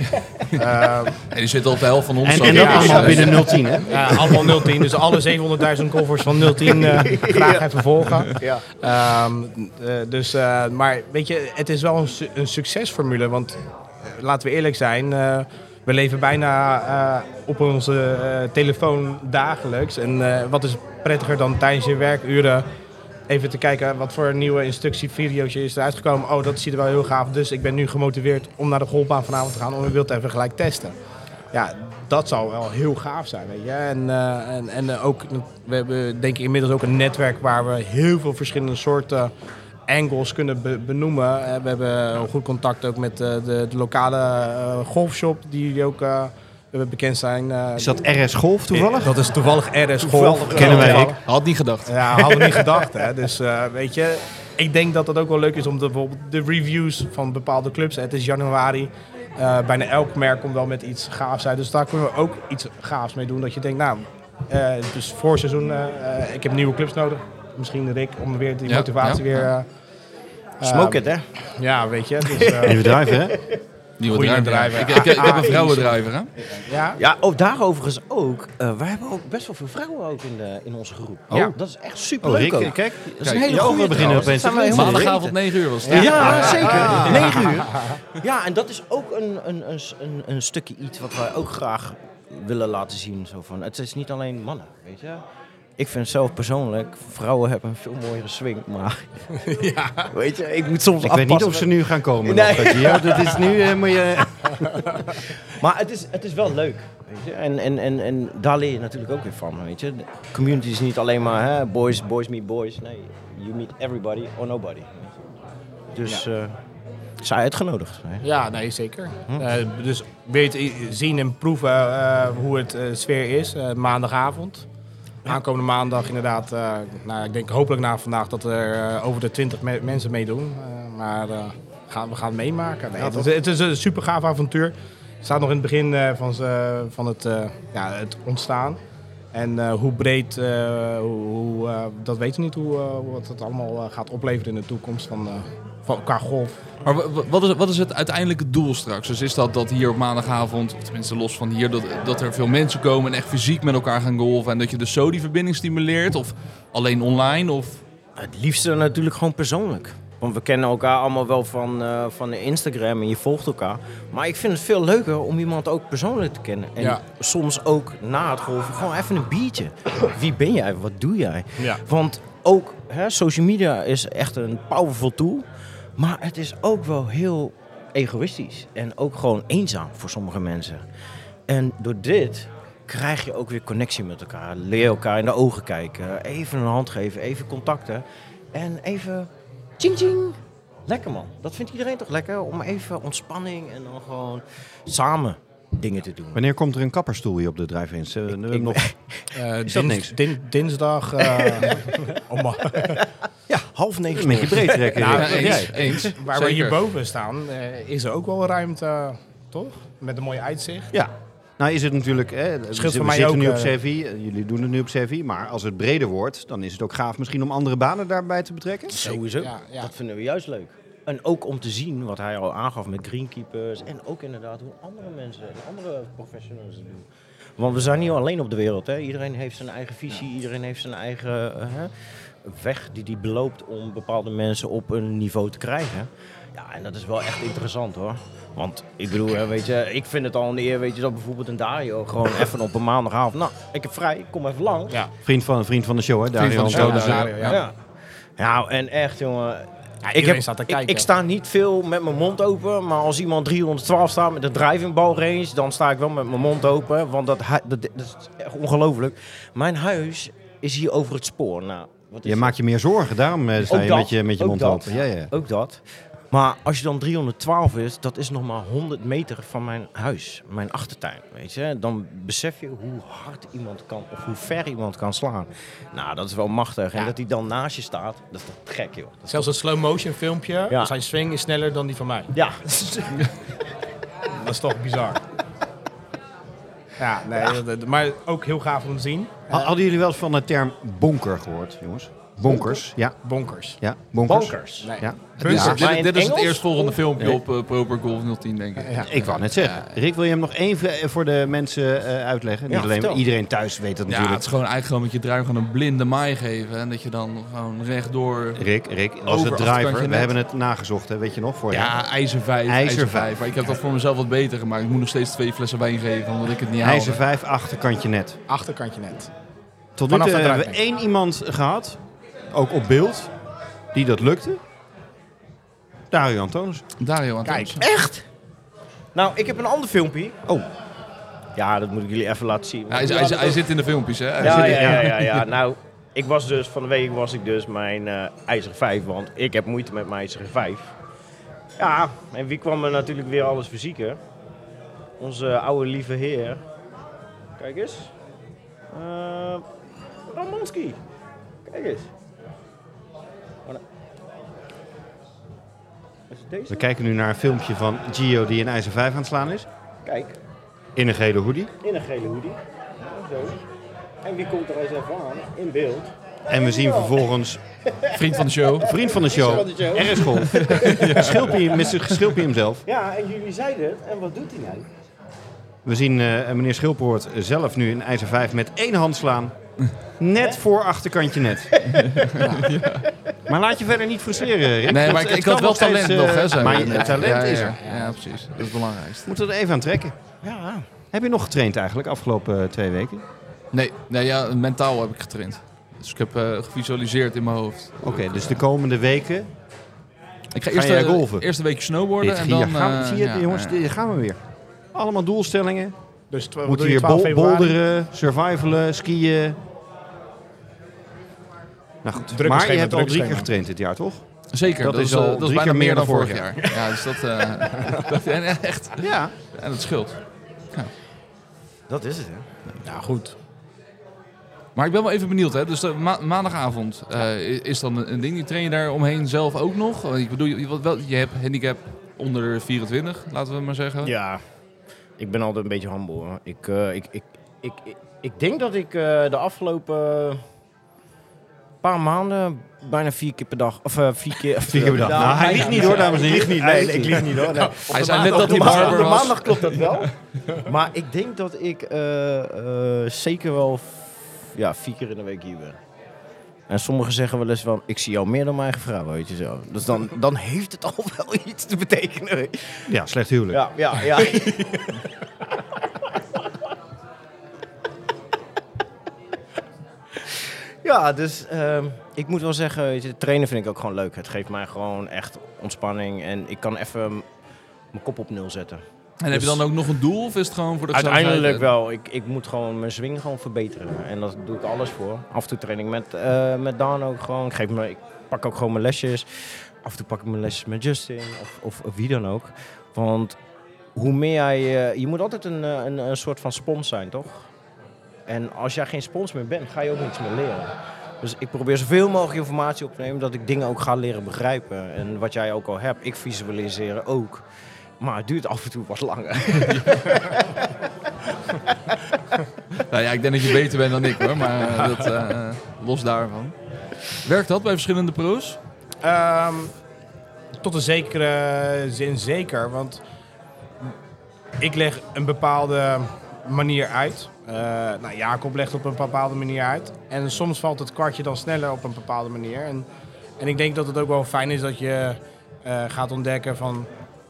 uh,
en die zit op de helft van ons.
En, en dat allemaal binnen nul tien, hè?
Ja, allemaal nul tien. Dus alle zevenhonderdduizend golfers van nul tien uh, graag ja. even volgen. Ja. Um, uh, dus, uh, maar weet je, het is wel een, su- een succesformule. Want uh, laten we eerlijk zijn... Uh, We leven bijna uh, op onze uh, telefoon dagelijks. En uh, wat is prettiger dan tijdens je werkuren even te kijken wat voor nieuwe instructievideo's is er uitgekomen. Oh, dat ziet er wel heel gaaf. Dus ik ben nu gemotiveerd om naar de golfbaan vanavond te gaan. Om mijn wild even gelijk testen. Ja, dat zou wel heel gaaf zijn, weet je. En, uh, en, en uh, ook, we hebben denk ik inmiddels ook een netwerk waar we heel veel verschillende soorten angles kunnen be- benoemen. We hebben een goed contact ook met uh, de, de lokale uh, golfshop die ook uh, bekend zijn. Uh,
is dat R S Golf toevallig?
Dat is toevallig R S Golf.
Kennen wij ik.
Had niet gedacht.
Ja, hadden we niet gedacht. Hè. Dus uh, weet je, ik denk dat het ook wel leuk is om de, bijvoorbeeld de reviews van bepaalde clubs. Het is januari. Uh, bijna elk merk komt wel met iets gaafs uit. Dus daar kunnen we ook iets gaafs mee doen. Dat je denkt, nou, uh, dus voorseizoen, uh, uh, ik heb nieuwe clubs nodig. Misschien Rick, om weer die ja, motivatie ja, weer... Uh,
Smoke it, hè?
Ja, weet je. Dus, uh,
even drijven, hè?
Nieuwe
Goeie
driver.
driver.
Ik, ik, ik heb een
Ah,
vrouwendriver, hè?
Ja,
Ja, ook daar overigens ook. Uh, wij hebben ook best wel veel vrouwen ook in, de, in onze groep.
Oh.
Ja, dat is echt super
Oh,
leuk
Rick,
ook.
kijk.
Dat is een hele
je ogen
goede
beginnen opeens
trouwens.
te
Dat zijn wij
glinsteren.
Maandagavond negen uur was het.
Ja,
toch?
zeker.
Ah.
negen uur. Ja, en dat is ook een, een, een, een, een stukje iets wat wij ook graag willen laten zien. Zo van, het is niet alleen mannen, weet je. Ik vind zelf persoonlijk, vrouwen hebben een veel mooiere swing, maar ja. Weet je, ik moet soms
Ik
afpassen.
weet niet of ze nu gaan komen.
Nee.
Nog, Gio. Dat is nu, uh, moet je...
Maar het is, het is wel leuk, weet je. En, en, en, en daar leer je natuurlijk ook weer van, weet je. De community is niet alleen maar hè, boys, boys meet boys. Nee, you meet everybody or nobody. Dus ja. uh, zij uitgenodigd. Hè?
ja, nee, zeker. Hm? Uh, dus weet zien en proeven uh, hoe het uh, sfeer is, uh, maandagavond. Aankomende maandag inderdaad, uh, nou, ik denk hopelijk na vandaag dat er uh, over de twintig me- mensen meedoen. Uh, maar uh, gaan, we gaan het meemaken. Nee, ja, het, is, het is een super gaaf avontuur. Het staat nog in het begin uh, van, uh, van het, uh, ja, het ontstaan. En uh, hoe breed, uh, hoe, hoe, uh, dat weten we niet hoe, uh, wat het allemaal uh, gaat opleveren in de toekomst van, uh, van qua golf.
Maar wat is, wat is het uiteindelijke doel straks? Dus is dat dat hier op maandagavond, of tenminste los van hier, dat, dat er veel mensen komen en echt fysiek met elkaar gaan golfen en dat je dus zo die verbinding stimuleert? Of alleen online? Of?
Het liefste natuurlijk gewoon persoonlijk. Want we kennen elkaar allemaal wel van, uh, van Instagram en je volgt elkaar. Maar ik vind het veel leuker om iemand ook persoonlijk te kennen. En
ja.
soms ook na het golven gewoon even een biertje. Wie ben jij? Wat doe jij?
Ja.
Want ook hè, social media is echt een powerful tool. Maar het is ook wel heel egoïstisch. En ook gewoon eenzaam voor sommige mensen. En door dit krijg je ook weer connectie met elkaar. Leer elkaar in de ogen kijken. Even een hand geven. Even contacten. En even... Ching ching. Lekker man. Dat vindt iedereen toch lekker? Om even ontspanning en dan gewoon samen dingen te doen.
Wanneer komt er een kapperstoel hier op de drive-ins? Uh, ik, ik, nog...
uh,
is dat
dins,
niks?
Din, dinsdag... Uh, oh man.
Ja, half negen.
Een beetje breed trekken.
Nou,
Ja, eens, eens.
Waar
Zeker.
we hierboven staan, uh, is er ook wel ruimte, uh, toch? Met een mooi uitzicht.
Ja. Nou is het natuurlijk, hè, we,
Scheelt voor
we
mij
zitten
ook,
nu op
uh,
Sevi, jullie doen het nu op Sevi, maar als het breder wordt, dan is het ook gaaf misschien om andere banen daarbij te betrekken.
Sowieso.
Ja, ja.
Dat vinden we juist leuk. En ook om te zien wat hij al aangaf met greenkeepers. En ook inderdaad hoe andere mensen, andere professionals het doen. Want we zijn niet alleen op de wereld. Hè. Iedereen heeft zijn eigen visie, iedereen heeft zijn eigen uh, weg die hij beloopt om bepaalde mensen op een niveau te krijgen. Ja, en dat is wel echt interessant hoor. Want ik bedoel, hè, weet je, ik vind het al een eer, weet je, dat bijvoorbeeld een Dario gewoon even op een maandagavond, nou, ik heb vrij, ik kom even langs.
Ja.
Vriend van, vriend van de show, hè? Dario
van de show,
Antonis.
ja, Dario, ja.
Ja. Ja, en echt jongen.
Ja,
Ik, heb,
staat te
ik,
kijken.
ik sta niet veel met mijn mond open, maar als iemand driehonderdtwaalf staat met de driving ball range, dan sta ik wel met mijn mond open, want dat, dat, dat is echt ongelooflijk. Mijn huis is hier over het spoor. Nou, wat is
Je maakt je meer zorgen, daarom uh, sta
Ook
je
dat,
met je, met je
ook
mond
dat.
open. Ja, ja.
Ook dat. Maar als je dan driehonderdtwaalf is, dat is nog maar honderd meter van mijn huis, mijn achtertuin, weet je. Dan besef je hoe hard iemand kan, of hoe ver iemand kan slaan. Nou, dat is wel machtig.
Ja.
En dat hij dan naast je staat, dat is toch gek, joh. Dat is
Zelfs een slow motion filmpje,
Ja.
zijn swing is sneller dan die van mij.
Ja.
Dat is toch bizar. Ja, nee, ja. Dat, maar ook heel gaaf om te zien.
Ha- Hadden jullie wel eens van de term bonker gehoord, jongens? Bonkers, ja.
Bonkers.
Ja, bonkers.
Bonkers.
Nee.
Ja.
Bunkers.
Dit,
Maar
dit,
in
dit is het
Engels?
eerstvolgende filmpje
Nee.
op uh, Proper Golf nul tien, denk ik.
Ja.
Ik wou net zeggen. Rick, wil je hem nog even voor de mensen uh, uitleggen? Niet
Ja,
alleen,
vertel.
iedereen thuis weet dat
Ja,
natuurlijk.
het is gewoon eigenlijk gewoon met je driver gewoon een blinde maai geven. En dat je dan gewoon rechtdoor...
Rick, Rick, als
Over
het
achterkantje
driver, we
net.
hebben het nagezocht, hè, weet je nog? Voor
Ja, ijzer vijf.
IJzer vijf.
Maar ik heb dat voor mezelf wat beter gemaakt. Ik moet nog steeds twee flessen wijn geven, omdat ik het niet haal.
IJzer vijf, achterkantje net.
Achterkantje net.
Tot nu
Vanaf
toe
de
hebben we
driving.
één iemand gehad, ook op beeld, die dat lukte. Dario Antonis.
Dario aan
Kijk.
Echt? Nou, ik heb een ander filmpje. Oh. Ja, dat moet ik jullie even laten zien.
Ja, hij, hij, hij zit in de filmpjes, hè? Hij
Ja,
zit
ja,
in-
ja, ja, ja. Nou, ik was dus, van de week was ik dus mijn uh, IJzer vijf, want ik heb moeite met mijn IJzer vijf. Ja, en wie kwam er natuurlijk weer alles verzieken? Onze oude lieve heer. Kijk eens. Uh, Ramonski. Kijk eens. Oh, nou. Is het deze?
We kijken nu naar een filmpje van Gio die een IJzer vijf aan het slaan is.
Kijk,
In een gele hoodie.
in een gele hoodie. Ja, zo. En wie komt er eens even aan? In beeld.
En we zien vervolgens...
Vriend van de show.
Vriend van de show. R S Golf. ja. Schilpie, mister Schilpie hemzelf.
Ja, en jullie zeiden het. En wat doet hij nou?
We zien uh, meneer Schilpoort zelf nu in ijzer vijf met één hand slaan. Net voor achterkantje net. ja. Ja. Maar laat je verder niet frustreren, Rick.
Nee, maar ik, ik had wel talent steeds, nog, hè. Zo.
Maar het talent
ja, ja,
is er.
Ja, ja, precies. Dat is het belangrijkste.
Moeten we er even aan trekken.
Ja.
Heb je nog getraind eigenlijk afgelopen uh, twee weken?
Nee, nee ja, mentaal heb ik getraind. Dus ik heb uh, gevisualiseerd in mijn hoofd.
Oké, okay, dus de komende weken...
Ik ga eerst de eerste weekje snowboarden en dan...
Gaan, uh, zie je,
ja,
jongens,
ja.
hier gaan we weer. Allemaal doelstellingen.
Dus tw-
Moet je hier bol- bolderen, survivalen, skiën. Nou goed,
Drukke
maar
schema,
je hebt al drie
schema.
keer getraind dit jaar, toch?
Zeker,
dat,
dat is,
is al
uh, dat is bijna meer dan vorig jaar. jaar. Ja, dus dat, uh, dat ja, echt.
Ja.
En dat scheelt. Ja.
Dat is het, hè?
Ja, goed.
Maar ik ben wel even benieuwd, hè. Dus de ma- maandagavond uh, is dan een ding. Die train je daar omheen zelf ook nog? Ik bedoel, je, wel, je hebt handicap onder de vierentwintig, laten we maar zeggen.
Ja, ik ben altijd een beetje humble. Hoor. Ik, uh, ik, ik, ik, ik, ik denk dat ik uh, de afgelopen paar maanden bijna vier keer per dag, of uh, vier keer...
Vier keer per dag. Nou, nou, hij liegt niet hoor, dames en heren.
Niet, nee, ik lieg niet hoor. Nee.
Hij zei net dat hij
maandag,
barber
op de
was.
maandag klopt dat wel. Maar ik denk dat ik uh, uh, zeker wel f- ja, vier keer in de week hier ben. En sommigen zeggen wel eens van, ik zie jou meer dan mijn eigen vrouw, weet je zo. Dus dan, dan heeft het al wel iets te betekenen.
Ja, slecht huwelijk.
Ja, ja, ja. Ja, dus uh, ik moet wel zeggen, weet je, trainen vind ik ook gewoon leuk. Het geeft mij gewoon echt ontspanning en ik kan even mijn kop op nul zetten.
En dus heb je dan ook nog een doel of is het gewoon voor de
uiteindelijk wel. Ik, ik moet gewoon mijn swing gewoon verbeteren. En daar doe ik alles voor. Af en toe train ik met, uh, met Daan ook gewoon. Ik, geef me, ik pak ook gewoon mijn lesjes. Af en toe pak ik mijn lesjes met Justin of, of, of wie dan ook. Want hoe meer jij... Uh, je moet altijd een, een, een soort van spons zijn, toch? En als jij geen spons meer bent, ga je ook niets meer leren. Dus ik probeer zoveel mogelijk informatie op te nemen, dat ik dingen ook ga leren begrijpen. En wat jij ook al hebt, ik visualiseren ook. Maar het duurt af en toe wat langer.
Nou ja, ik denk dat je beter bent dan ik hoor, maar uh, dat, uh, los daarvan. Werkt dat bij verschillende pro's?
Um, tot een zekere zin zeker, want ik leg een bepaalde manier uit. Uh, nou, Jacob legt op een bepaalde manier uit. En soms valt het kwartje dan sneller op een bepaalde manier. En, en ik denk dat het ook wel fijn is dat je uh, gaat ontdekken van...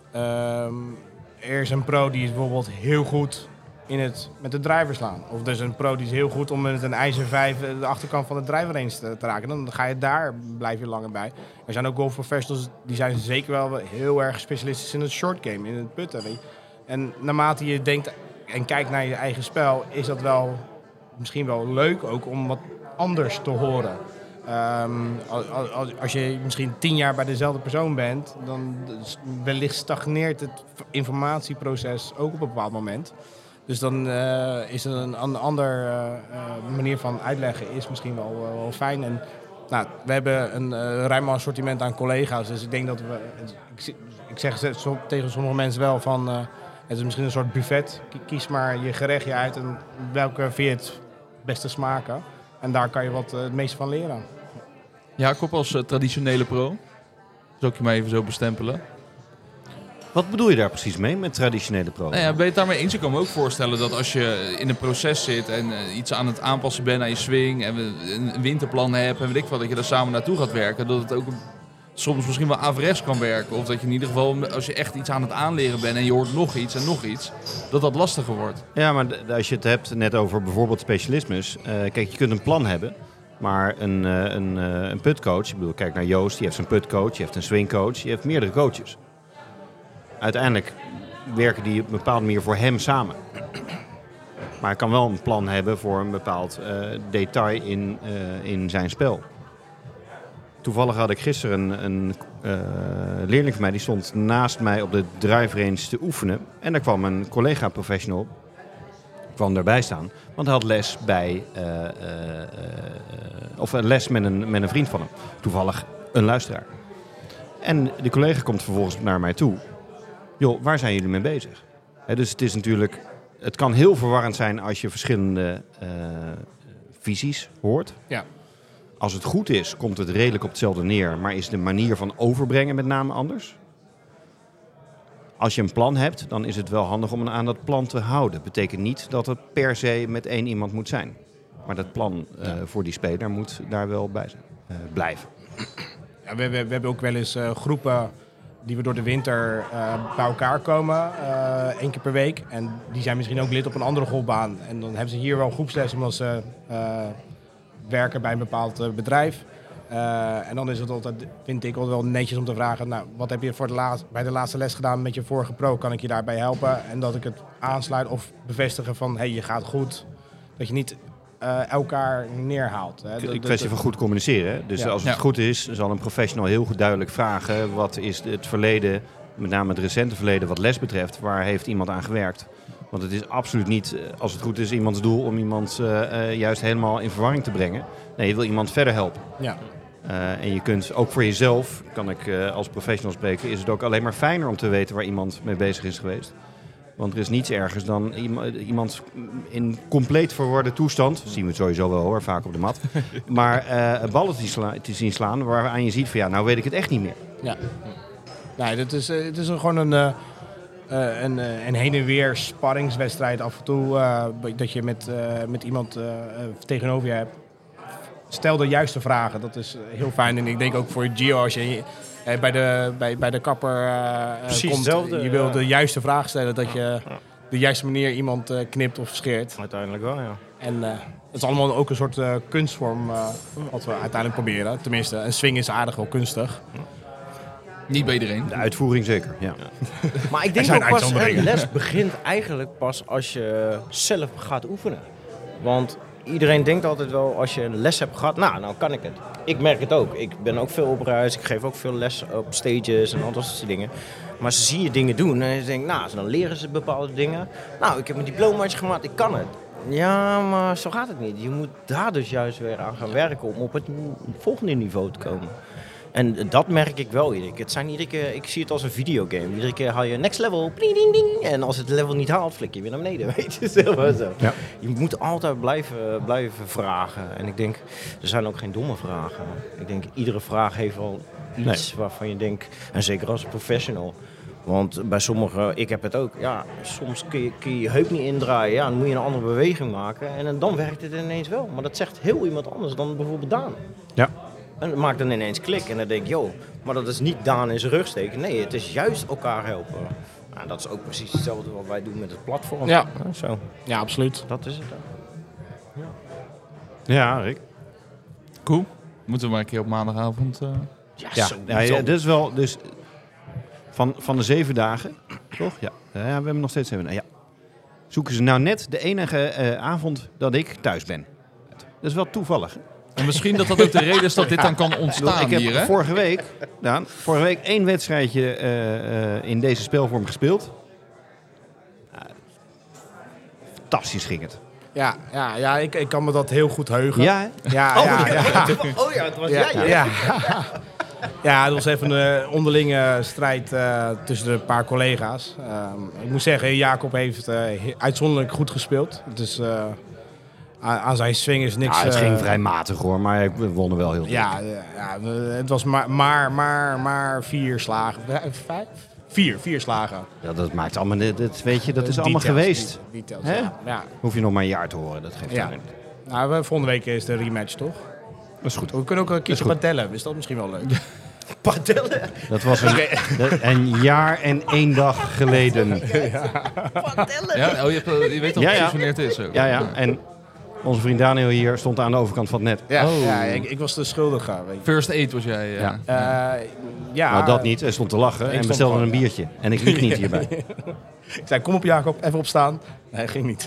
Um, er is een pro die is bijvoorbeeld heel goed in het met de driver slaan. Of er is een pro die is heel goed om met een ijzer vijf de achterkant van de driver eens te, te raken. Dan ga je daar, blijf je langer bij. Er zijn ook golf professionals die zijn zeker wel heel erg specialistisch in het short game, in het putten. En naarmate je denkt en kijkt naar je eigen spel, is dat wel misschien wel leuk ook om wat anders te horen. Um, als, als je misschien tien jaar bij dezelfde persoon bent, dan wellicht stagneert het informatieproces ook op een bepaald moment. Dus dan uh, is een, een andere uh, manier van uitleggen is misschien wel, uh, wel fijn. En, nou, we hebben een uh, ruim assortiment aan collega's, dus ik denk dat we... Ik, ik zeg tegen sommige mensen wel van... Uh, het is misschien een soort buffet. Kies maar je gerechtje uit en welke vind je het beste smaken. En daar kan je wat uh, het meeste van leren.
Jacob als uh, traditionele pro. Zou ik je maar even zo bestempelen.
Wat bedoel je daar precies mee met traditionele pro?
Nou ja, ben je het daarmee eens? Ik kan me ook voorstellen dat als je in een proces zit en uh, iets aan het aanpassen bent aan je swing en een winterplan hebt en weet ik wat, dat je daar samen naartoe gaat werken, dat het ook soms misschien wel averechts kan werken. Of dat je in ieder geval, als je echt iets aan het aanleren bent en je hoort nog iets en nog iets, dat dat lastiger wordt.
Ja, maar d- als je het hebt net over bijvoorbeeld specialismes. Uh, kijk, je kunt een plan hebben, maar een, uh, een, uh, een putcoach, ik bedoel, kijk naar Joost, die heeft zijn putcoach, je hebt een swingcoach, je hebt meerdere coaches. Uiteindelijk werken die op een bepaalde manier voor hem samen. Maar hij kan wel een plan hebben voor een bepaald uh, detail in, uh, in zijn spel. Toevallig had ik gisteren een, een uh, leerling van mij, die stond naast mij op de drive range te oefenen. En daar kwam een collega-professional, kwam daarbij staan. Want hij had les bij, uh, uh, uh, of een les met een, met een vriend van hem. Toevallig een luisteraar. En de collega komt vervolgens naar mij toe. Joh, waar zijn jullie mee bezig? He, dus het is natuurlijk, het kan heel verwarrend zijn als je verschillende uh, visies hoort.
Ja.
als het goed is, komt het redelijk op hetzelfde neer, maar is de manier van overbrengen met name anders. Als je een plan hebt, dan is het wel handig om aan dat plan te houden. Betekent niet dat het per se met één iemand moet zijn. Maar dat plan uh, ja. voor die speler moet daar wel bij zijn, uh, blijven.
Ja, we, we, we hebben ook wel eens uh, groepen die we door de winter uh, bij elkaar komen, uh, één keer per week. En die zijn misschien ook lid op een andere golfbaan. En dan hebben ze hier wel groepsles omdat ze uh, werken bij een bepaald uh, bedrijf. Uh, en dan is het altijd, vind ik altijd wel netjes om te vragen, nou, wat heb je voor de laatste, bij de laatste les gedaan met je vorige pro? Kan ik je daarbij helpen? En dat ik het aansluit of bevestigen van, hé, hey, je gaat goed. Dat je niet uh, elkaar neerhaalt. Hè.
Een kwestie van goed communiceren. Hè? Dus ja. als het ja. goed is, zal een professional heel goed duidelijk vragen, wat is het verleden, met name het recente verleden wat les betreft, waar heeft iemand aan gewerkt? Want het is absoluut niet, als het goed is, iemands doel om iemand uh, uh, juist helemaal in verwarring te brengen. Nee, je wil iemand verder helpen.
Ja.
Uh, en je kunt ook voor jezelf, kan ik uh, als professional spreken, is het ook alleen maar fijner om te weten waar iemand mee bezig is geweest. Want er is niets ergers dan iemand in compleet verwarde toestand, dat zien we het sowieso wel hoor, vaak op de mat, maar uh, ballen te, sla- te zien slaan waaraan je ziet van ja, nou weet ik het echt niet meer.
Ja, nee, dat is, het is een, gewoon een, uh, een, een heen en weer sparringswedstrijd af en toe, uh, dat je met, uh, met iemand uh, tegenover je hebt. Stel de juiste vragen, dat is heel fijn. En ik denk ook voor Gio, als je eh, bij, de, bij, bij de kapper uh,
Precies
komt,
hetzelfde,
je wil
ja.
de juiste vraag stellen, dat je ja, ja. de juiste manier iemand uh, knipt of scheert.
Uiteindelijk wel, ja.
En uh, het is allemaal ook een soort uh, kunstvorm uh, wat we uiteindelijk proberen. Tenminste, een swing is aardig wel kunstig.
Ja. Niet bij iedereen.
De uitvoering zeker, ja.
ja. Maar ik denk ook pas, een les begint eigenlijk pas als je zelf gaat oefenen. Want iedereen denkt altijd wel, als je een les hebt gehad, nou, nou kan ik het. Ik merk het ook. Ik ben ook veel op reis. Ik geef ook veel les op stages en al dat soort dingen. Maar ze zie je dingen doen en je denkt, nou, dan leren ze bepaalde dingen. Nou, ik heb een diplomaatje gemaakt, ik kan het. Ja, maar zo gaat het niet. Je moet daar dus juist weer aan gaan werken om op het volgende niveau te komen. En dat merk ik wel iedere keer. Het zijn iedere keer, ik zie het als een videogame. Iedere keer haal je next level, ding, ding, ding. En als het level niet haalt, flik je weer naar beneden. Weet je, zeg maar zo. Ja. Je moet altijd blijven, blijven vragen. En ik denk, er zijn ook geen domme vragen. Ik denk, iedere vraag heeft wel iets nee. waarvan je denkt, en zeker als professional. Want bij sommigen, ik heb het ook, ja, soms kun je kun je, je heup niet indraaien. Ja, dan moet je een andere beweging maken. En dan werkt het ineens wel. Maar dat zegt heel iemand anders dan bijvoorbeeld Daan.
Ja.
En het maakt dan ineens klik en dan denk ik, joh, maar dat is niet Daan in zijn rug steken. Nee, het is juist elkaar helpen. Nou, dat is ook precies hetzelfde wat wij doen met het platform.
Ja,
ja, zo.
Ja, absoluut.
Dat is het.
Ja, ja Rick.
Cool. Moeten we maar een keer op maandagavond... Uh...
Ja,
ja,
zo.
Ja, ja, dit is wel, dus van, van de zeven dagen, toch? Ja. ja, we hebben nog steeds zeven dagen. Ja. Zoeken ze nou net de enige uh, avond dat ik thuis ben. Dat is wel toevallig, hè?
En misschien dat dat ook de reden is dat dit dan kan ontstaan
ik heb
hier, hè?
Vorige week, Daan, vorige week één wedstrijdje uh, uh, in deze speelvorm gespeeld. Uh, fantastisch ging het.
Ja, ja, ja ik, ik kan me dat heel goed heugen.
Ja,
ja,
oh,
ja,
ja,
ja.
oh ja, het was
ja,
jij.
Ja, ja. ja, het was even een onderlinge strijd uh, tussen de paar collega's. Uh, ik moet zeggen, Jacob heeft uh, uitzonderlijk goed gespeeld. Dus... Uh, aan zijn swing is niks...
Ja, het ging
uh,
vrij matig hoor, maar we wonnen wel heel veel.
Ja, ja, het was maar, maar, maar, maar vier slagen. Vijf? Vier, vier slagen.
Ja, dat maakt allemaal... Dat, weet je, dat is
die
allemaal
tels,
geweest.
Die, die tels,
Hè?
ja. Ja.
Hoef je nog maar een jaar te horen, dat geeft
ja.
niet.
Nou, volgende week is de rematch, toch?
Dat is goed.
We kunnen ook een keertje padellen, is dat misschien wel leuk?
Padellen?
Dat was een, een jaar en één dag geleden.
Ja. Padellen?
Ja, oh, je, hebt, je weet al
ja,
precies
ja.
wanneer het is. Ook.
Ja, ja. En onze vriend Daniel hier stond aan de overkant van het net.
Ja,
oh.
ja ik, ik was de schuldige. Weet je.
First aid was jij. Ja.
Ja. Uh, ja.
Nou, dat niet. Hij stond te lachen en bestelde een biertje. En ik liep niet hierbij.
Ik zei, kom op Jacob, even opstaan. Nee, ging niet.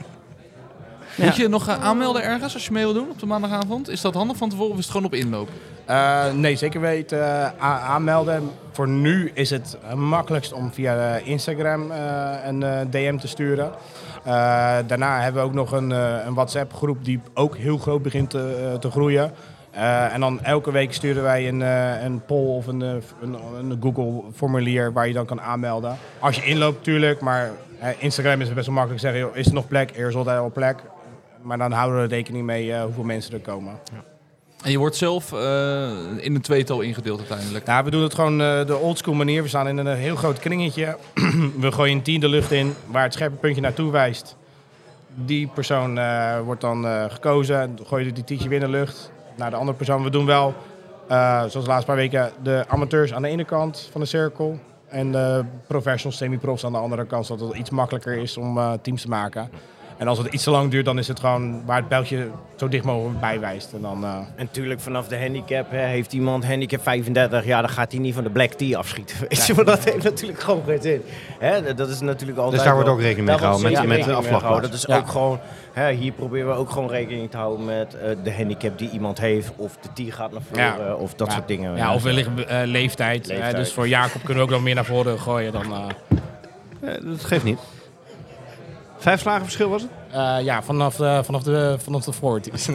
Ja. Moet je nog uh, aanmelden ergens als je mee wil doen op de maandagavond? Is dat handig van tevoren of is het gewoon op inloop?
Uh, nee, zeker weten uh, aanmelden. Voor nu is het makkelijkst om via Instagram uh, een uh, D M te sturen. Uh, daarna hebben we ook nog een, uh, een WhatsApp groep die ook heel groot begint te, uh, te groeien. Uh, en dan elke week sturen wij een, uh, een poll of een, een, een Google formulier waar je dan kan aanmelden. Als je inloopt natuurlijk, maar uh, Instagram is best wel makkelijk zeggen, joh, is er nog plek? Er is altijd wel plek. Maar dan houden we er rekening mee uh, hoeveel mensen er komen. Ja.
En je wordt zelf uh, in een tweetal ingedeeld uiteindelijk?
Ja, we doen het gewoon uh, de oldschool manier. We staan in een heel groot kringetje. We gooien een tien de lucht in waar het scherpe puntje naartoe wijst. Die persoon uh, wordt dan uh, gekozen. Dan gooi je die tientje weer in de lucht naar de andere persoon. We doen wel, uh, zoals de laatste paar weken, de amateurs aan de ene kant van de cirkel. En de professionals, semi-profs aan de andere kant. Zodat het iets makkelijker is om uh, teams te maken. En als het iets te lang duurt, dan is het gewoon waar het pijltje zo dicht mogelijk bij wijst. En, dan, uh...
en natuurlijk vanaf de handicap, hè, heeft iemand handicap vijfendertig, ja, dan gaat hij niet van de black tee afschieten. Weet je, maar dat heeft natuurlijk gewoon geen zin. Hè, dat is natuurlijk altijd.
Dus daar wordt ook rekening mee gehouden met, met de afslagplaats.
Dat is ja. ook gewoon, hè, hier proberen we ook gewoon rekening te houden met uh, de handicap die iemand heeft. Of de tee gaat naar voren, ja. of dat
ja.
soort dingen.
Ja, of wellicht uh, leeftijd. leeftijd. Uh, dus voor Jacob kunnen we ook nog meer naar voren gooien dan. Uh...
Ja, dat geeft niet. Vijf slagen verschil was het?
Uh, ja, vanaf, uh, vanaf de, vanaf de forties.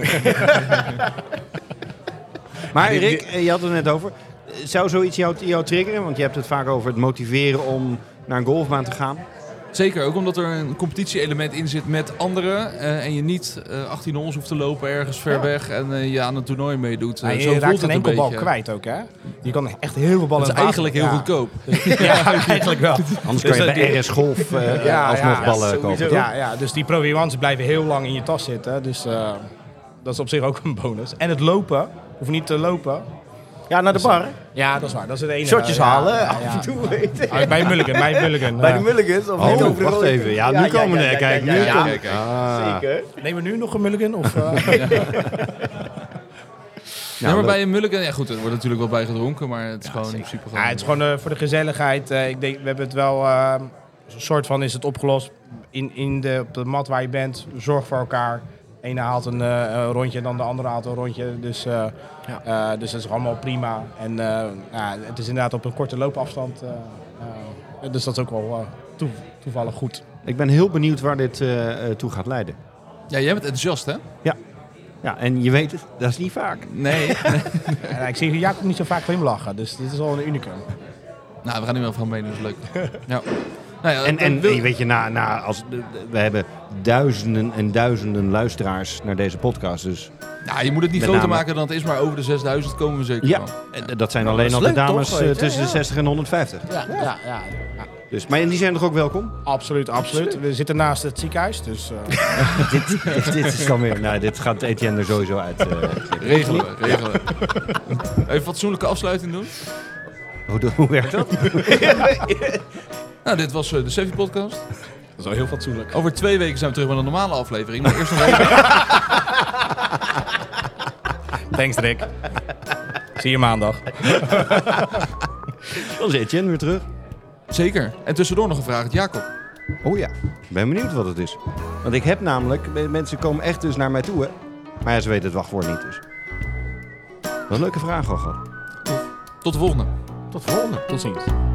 Maar Rick, je had het net over. Zou zoiets jou, jou triggeren? Want je hebt het vaak over het motiveren om naar een golfbaan te gaan.
Zeker, ook omdat er een competitie-element in zit met anderen. Uh, en je niet uh, achttien holes hoeft te lopen ergens ver ja. weg en uh, je aan een toernooi meedoet. Uh,
ja, je
zo
raakt een enkel
een
bal kwijt ook, hè? Je kan echt heel veel ballen.
Dat is eigenlijk heel
ja.
goedkoop.
Ja, eigenlijk wel.
Anders dus kan je bij R S Golf uh, ja, alsnog ja, ballen ja, kopen.
Ja, ja, dus die Pro V ones blijven heel lang in je tas zitten. Dus uh, dat is op zich ook een bonus. En het lopen, hoef niet te lopen.
Ja, naar de bar.
Ja, dat is waar. Dat is het enige.
Shotjes
ja,
halen,
ja, ja,
af en toe.
Ja. Bij Mulligan, bij Mulligan.
Bij de Mulligans? Of
oh,
over
wacht even. Ja, nu ja, komen we. Ja, ja, kijk,
ja,
nu
ja,
komen
ja, ja. Ah. Zeker.
Nemen we nu nog een Mulligan? Of, uh...
ja. Ja, maar bij een Mulligan, ja goed, er wordt natuurlijk wel bij gedronken, maar het is ja, gewoon zeker. super
ja, het is gewoon uh, voor de gezelligheid. Uh, ik denk, we hebben het wel, uh, een soort van is het opgelost in, in de, op de mat waar je bent. Zorg voor elkaar. De ene haalt een, uh, een rondje en dan de andere haalt een rondje. Dus, uh, ja. uh, dus dat is allemaal prima. En uh, ja, het is inderdaad op een korte loopafstand. Uh, uh, dus dat is ook wel uh, toe, toevallig goed.
Ik ben heel benieuwd waar dit uh, toe gaat leiden.
Ja, jij bent enthousiast, hè?
Ja. Ja, en je weet het, dat is niet vaak.
Nee.
ja, ik zie Jacob niet zo vaak glimlachen, dus dit is al een unicum.
Nou, we gaan nu wel van mee, dus leuk. Ja. Nou ja,
en en wil... weet je, na, na, als, we hebben duizenden en duizenden luisteraars naar deze podcast. Dus
ja, je moet het niet groter name... maken dan het is, maar over de zesduizend komen we zeker
ja,
van.
En dat zijn ja, alleen al de dames toch, uh, tussen ja. de zestig en honderdvijftig.
Ja, ja, ja. ja.
Dus, maar die zijn toch ook welkom?
Absoluut, absoluut. absoluut. We zitten naast het ziekenhuis, dus... Uh...
dit, dit, dit is dan weer... Nou, dit gaat Etienne er sowieso uit. Uh,
regelen we, regelen we. Even een fatsoenlijke afsluiting doen.
Hoe, hoe werkt dat?
Nou, dit was uh, de Sevi podcast.
Dat is wel heel fatsoenlijk.
Over twee weken zijn we terug met een normale aflevering. Maar eerst nog even...
Thanks, Rick. Zie je maandag.
Dan is Etienne weer terug.
Zeker. En tussendoor nog een vraag uit Jacob.
Oh ja, ik ben benieuwd wat het is. Want ik heb namelijk... Mensen komen echt dus naar mij toe, hè. Maar ja, ze weten het wachtwoord niet, dus. Wat een leuke vraag al gehad.
Tot de volgende.
Tot de volgende.
Tot ziens.